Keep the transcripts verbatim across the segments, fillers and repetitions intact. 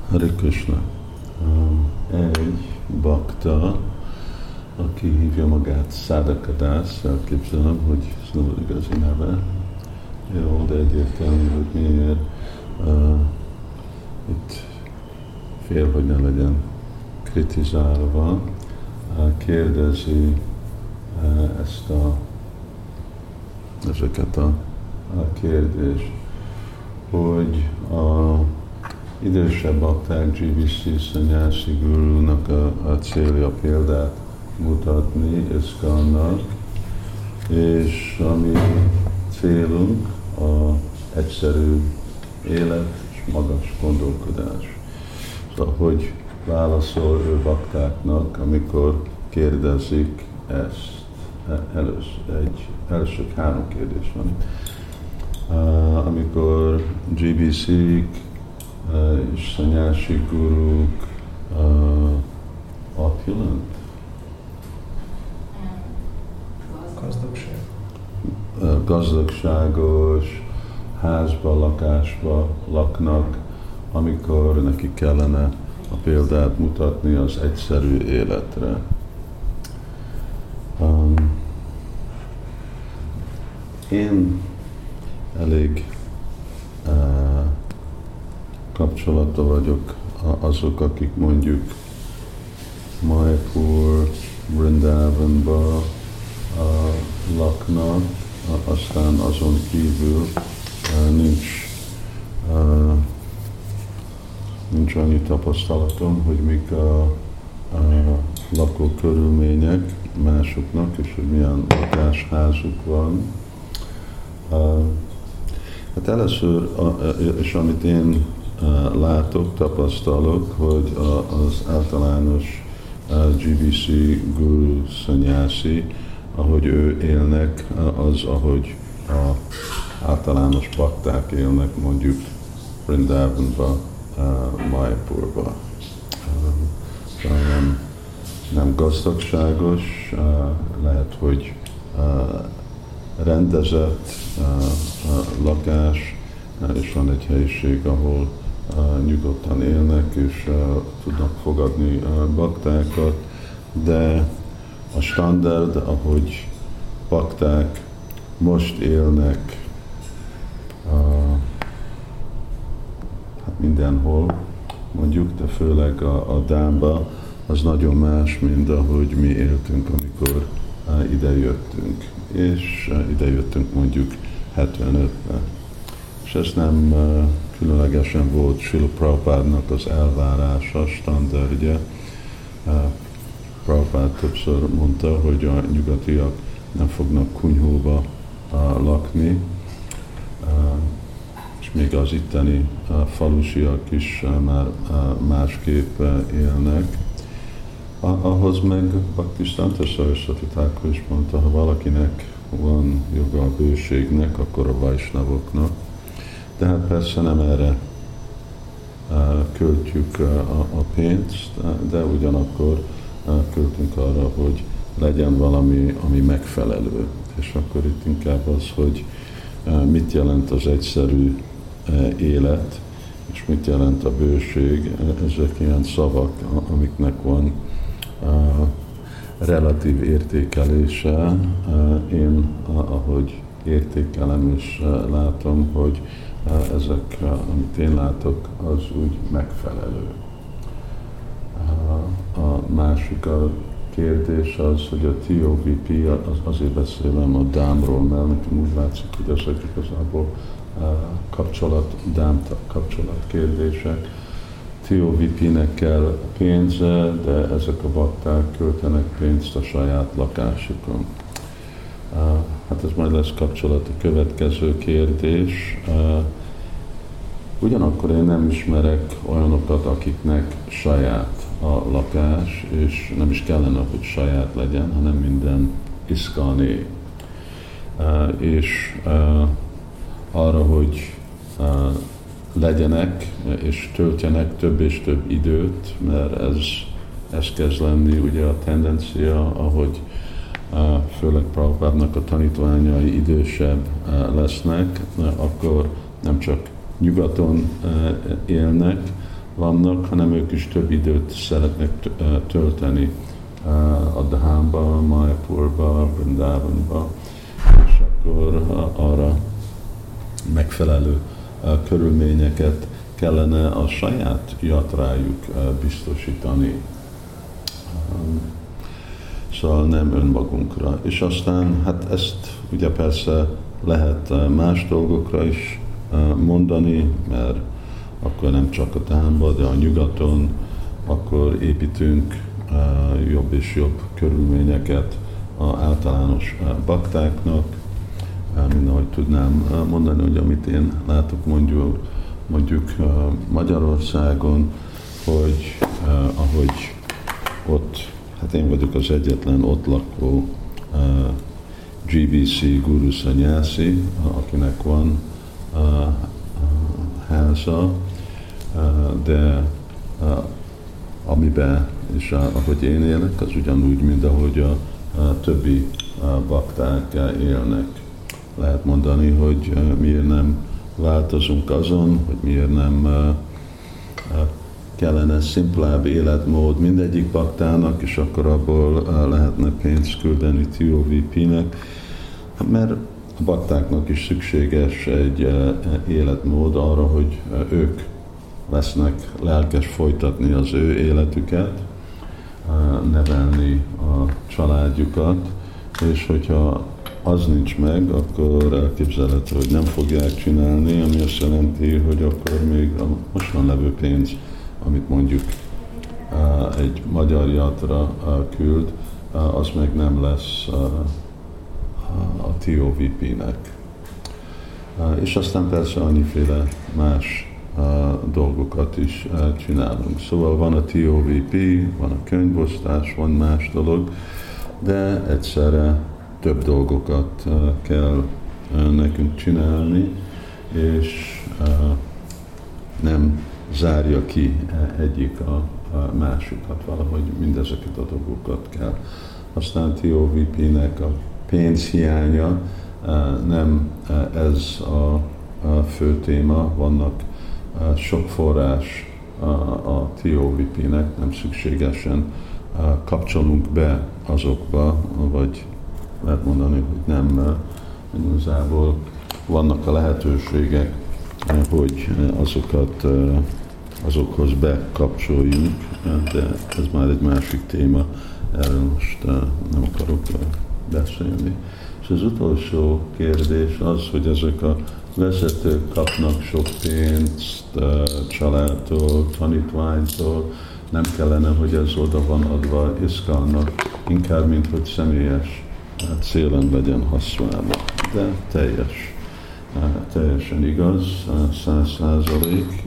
Hare Krishna. Um, egy bakta, aki hívja magát Sadakadász, elképzelem, hogy ez nem az igazi neve. Jó, de egyértelmű, hogy miért uh, itt fél, hogy ne legyen kritizálva. Uh, kérdezi uh, ezt a, ezeket a, a kérdést, hogy a idősebb bakták gé bé cé Sannyasi Gurunak a, a célja példát mutatni ISKCON-nak, és a mi célunk a egyszerű élet és magas gondolkodás. Szóval, hogy válaszol ő baktáknak, amikor kérdezik ezt. Először, egy, első három kérdés van. Uh, amikor gé bé cé-k uh, és Sannyasi Guruk uh, opulent, Gazdagság. uh, gazdagságos házba, lakásba laknak, amikor neki kellene a példát mutatni az egyszerű életre. Um, én elég uh, kapcsolatban vagyok azok, akik mondjuk Mayapur, Vrindavanba uh, laknak, uh, aztán azon kívül uh, nincs, uh, nincs annyi tapasztalatom, hogy mik a, a lakókörülmények másoknak, és hogy milyen lakásházuk van. Uh, hát először, és amit én látok, tapasztalok, hogy az általános gé bé cé Guru Sannyasi, ahogy ő élnek, az, ahogy az általános bakták élnek, mondjuk Vrindavanba, Mayapurba. Nem, nem gazdagságos, lehet, hogy rendezett lakás, és van egy helyiség, ahol nyugodtan élnek, és tudnak fogadni baktákat, de a standard, ahogy bakták most élnek hát mindenhol, mondjuk, de főleg a, a Dámba, az nagyon más, mint ahogy mi éltünk, amikor ide jöttünk. És ide jöttünk mondjuk hetvenötben. És ez nem különlegesen volt Srila Prabhupádnak az elvárása, standardja. Prabhupád többször mondta, hogy a nyugatiak nem fognak kunyhóba lakni, és még az itteni falusiak is már másképp élnek. Ahhoz meg Bhaktisiddhanta Saraswati Thakur is mondta, ha valakinek van joga a bőségnek, akkor a vajsnavoknak. De hát persze nem erre költjük a pénzt, de ugyanakkor költünk arra, hogy legyen valami, ami megfelelő. És akkor itt inkább az, hogy mit jelent az egyszerű élet, és mit jelent a bőség, ezek ilyen szavak, amiknek van uh, relatív értékelése. Uh, én, ahogy értékelem és uh, látom, hogy uh, ezek, uh, amit én látok, az úgy megfelelő. Uh, a másik a kérdés az, hogy a té o vé pé, az, azért beszélem a dámról, mert nekem úgy látszik, hogy ezek igazából uh, kapcsolat, dám kapcsolat kérdések. té o vé pé-nek kell pénze, de ezek a bakták költenek pénzt a saját lakásukon. Hát ez majd lesz kapcsolat a következő kérdés. Ugyanakkor én nem ismerek olyanokat, akiknek saját a lakás, és nem is kellene, hogy saját legyen, hanem minden ISKCON-é. És arra, hogy legyenek és töltjenek több és több időt, mert ez, ez kezd lenni ugye a tendencia, ahogy főleg Prabhupádnak a tanítványai idősebb lesznek, akkor nem csak nyugaton élnek, vannak, hanem ők is több időt szeretnek tölteni a Dhámba, Mayapurba, Vrindavonba, és akkor arra megfelelő körülményeket kellene a saját jatrájuk biztosítani. Szóval nem önmagunkra. És aztán hát ezt ugye persze lehet más dolgokra is mondani, mert akkor nem csak a Dhámba, de a nyugaton, akkor építünk jobb és jobb körülményeket az általános baktáknak, mint ahogy tudnám mondani, hogy amit én látok mondjuk, mondjuk Magyarországon, hogy ahogy ott, hát én vagyok az egyetlen ott lakó gé bé cé Guru Sannyasi, akinek van háza, de amiben, és ahogy én élek, az ugyanúgy, mint ahogy a, a többi bakták élnek. Lehet mondani, hogy miért nem változunk azon, hogy miért nem kellene szimplább életmód mindegyik baktának, és akkor abból lehetne pénzt küldeni té o vé pé-nek, mert a baktáknak is szükséges egy életmód arra, hogy ők lesznek lelkes folytatni az ő életüket, nevelni a családjukat, és hogyha az nincs meg, akkor elképzelhető, hogy nem fogják csinálni, ami azt jelenti, hogy akkor még a mostan levő pénz, amit mondjuk egy magyar jatra küld, az meg nem lesz a té o vé pé-nek. És aztán persze annyiféle más dolgokat is csinálunk. Szóval van a té o vé pé, van a könyvosztás, van más dolog, de egyszerre több dolgokat kell nekünk csinálni, és nem zárja ki egyik a másikat, valahogy mindezeket a dolgokat kell. Aztán té o vé pé-nek a pénzhiánya nem ez a fő téma, vannak sok forrás a té o vé pé-nek, nem szükségesen kapcsolunk be azokba, vagy lehet mondani, hogy nem igazából vannak a lehetőségek, hogy azokat azokhoz bekapcsoljunk, de ez már egy másik téma, erről most nem akarok beszélni. És az utolsó kérdés az, hogy ezek a vezetők kapnak sok pénzt családtól, tanítványtól, nem kellene, hogy ez oda van adva ISKCON-nak, inkább, mint hogy személyes célen legyen használva. De teljes, teljesen igaz, száz százalék,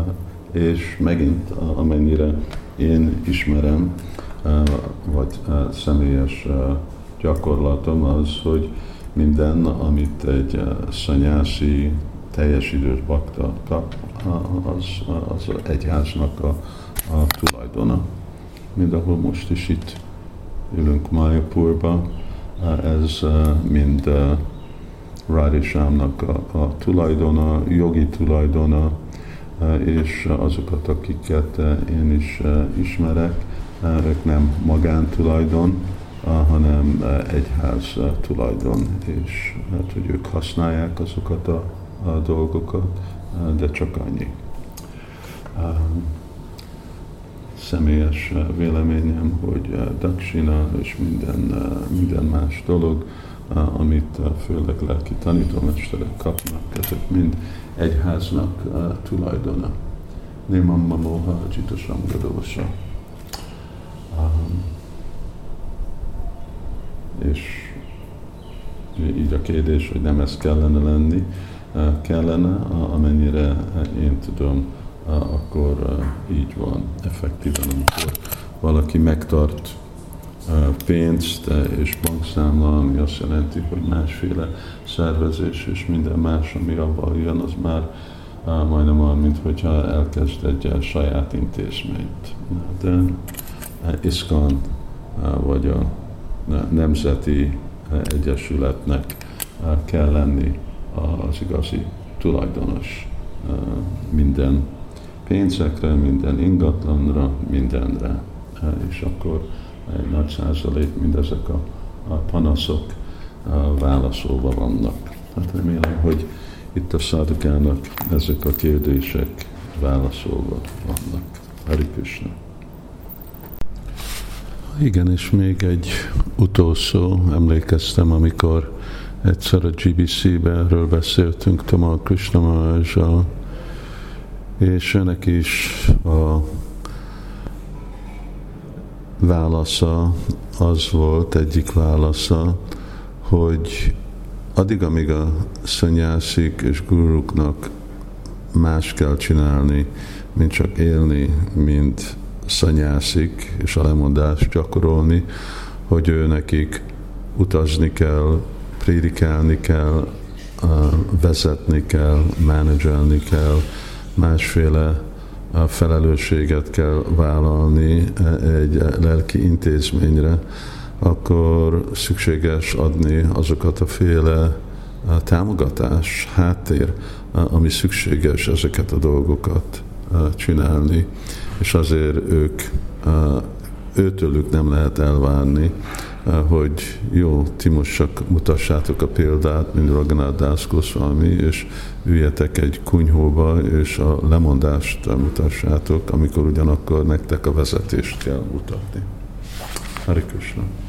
és megint amennyire én ismerem, vagy személyes gyakorlatom az, hogy minden, amit egy szanyászi teljes idős bakta kap, az, az egyháznak a, a tulajdona. Mind ahol most is itt ülünk Mayapurba, ez mind Radha Shyamnak a, a tulajdona, jogi tulajdona, és azokat, akiket én is ismerek, ők nem magántulajdon, hanem egyház tulajdon, és hát, hogy ők használják azokat a, a dolgokat, de csak annyi. Személyes véleményem, hogy dakshina és minden, minden más dolog, amit főleg lelki tanítómesterek kapnak, ezek mind egyháznak tulajdona. Nimam mamoha ajitosam gadosa. És így a kérdés, hogy nem ez kellene lenni, kellene, amennyire én tudom, akkor így van. Effektíven, amikor valaki megtart pénzt és bankszámla, ami azt jelenti, hogy másféle szervezés és minden más, ami abban jön, az már majdnem olyan, mint hogyha elkezd egy saját intézményt. De ISKCON vagy a nemzeti egyesületnek kell lenni az igazi tulajdonos minden pénzekre, minden ingatlanra, mindenre. És akkor egy nagy százalék mindezek a, a panaszok a válaszolva vannak. Hát remélem, hogy itt a Sadhukának ezek a kérdések válaszolva vannak. Hari Krishna. Igen, és még egy utolsó, emlékeztem, amikor egyszer a gé bé cé-ben erről beszéltünk Tamal Krishna Maharajjal, és ennek is a válasza az volt, egyik válasza, hogy addig, amíg a szanyászik és guruknak más kell csinálni, mint csak élni, mint szanyászik, és a lemondást gyakorolni, hogy ő nekik utazni kell, prédikálni kell, vezetni kell, menedzselni kell, másféle felelősséget kell vállalni egy lelki intézményre, akkor szükséges adni azokat a féle támogatás, háttér, ami szükséges ezeket a dolgokat csinálni, és azért ők, őtőlük nem lehet elvárni, hogy jó, ti most csak mutassátok a példát, mint Raghunath Das Goswami, és üljetek egy kunyhóba, és a lemondást mutassátok, amikor ugyanakkor nektek a vezetést kell mutatni. Hare Krishna.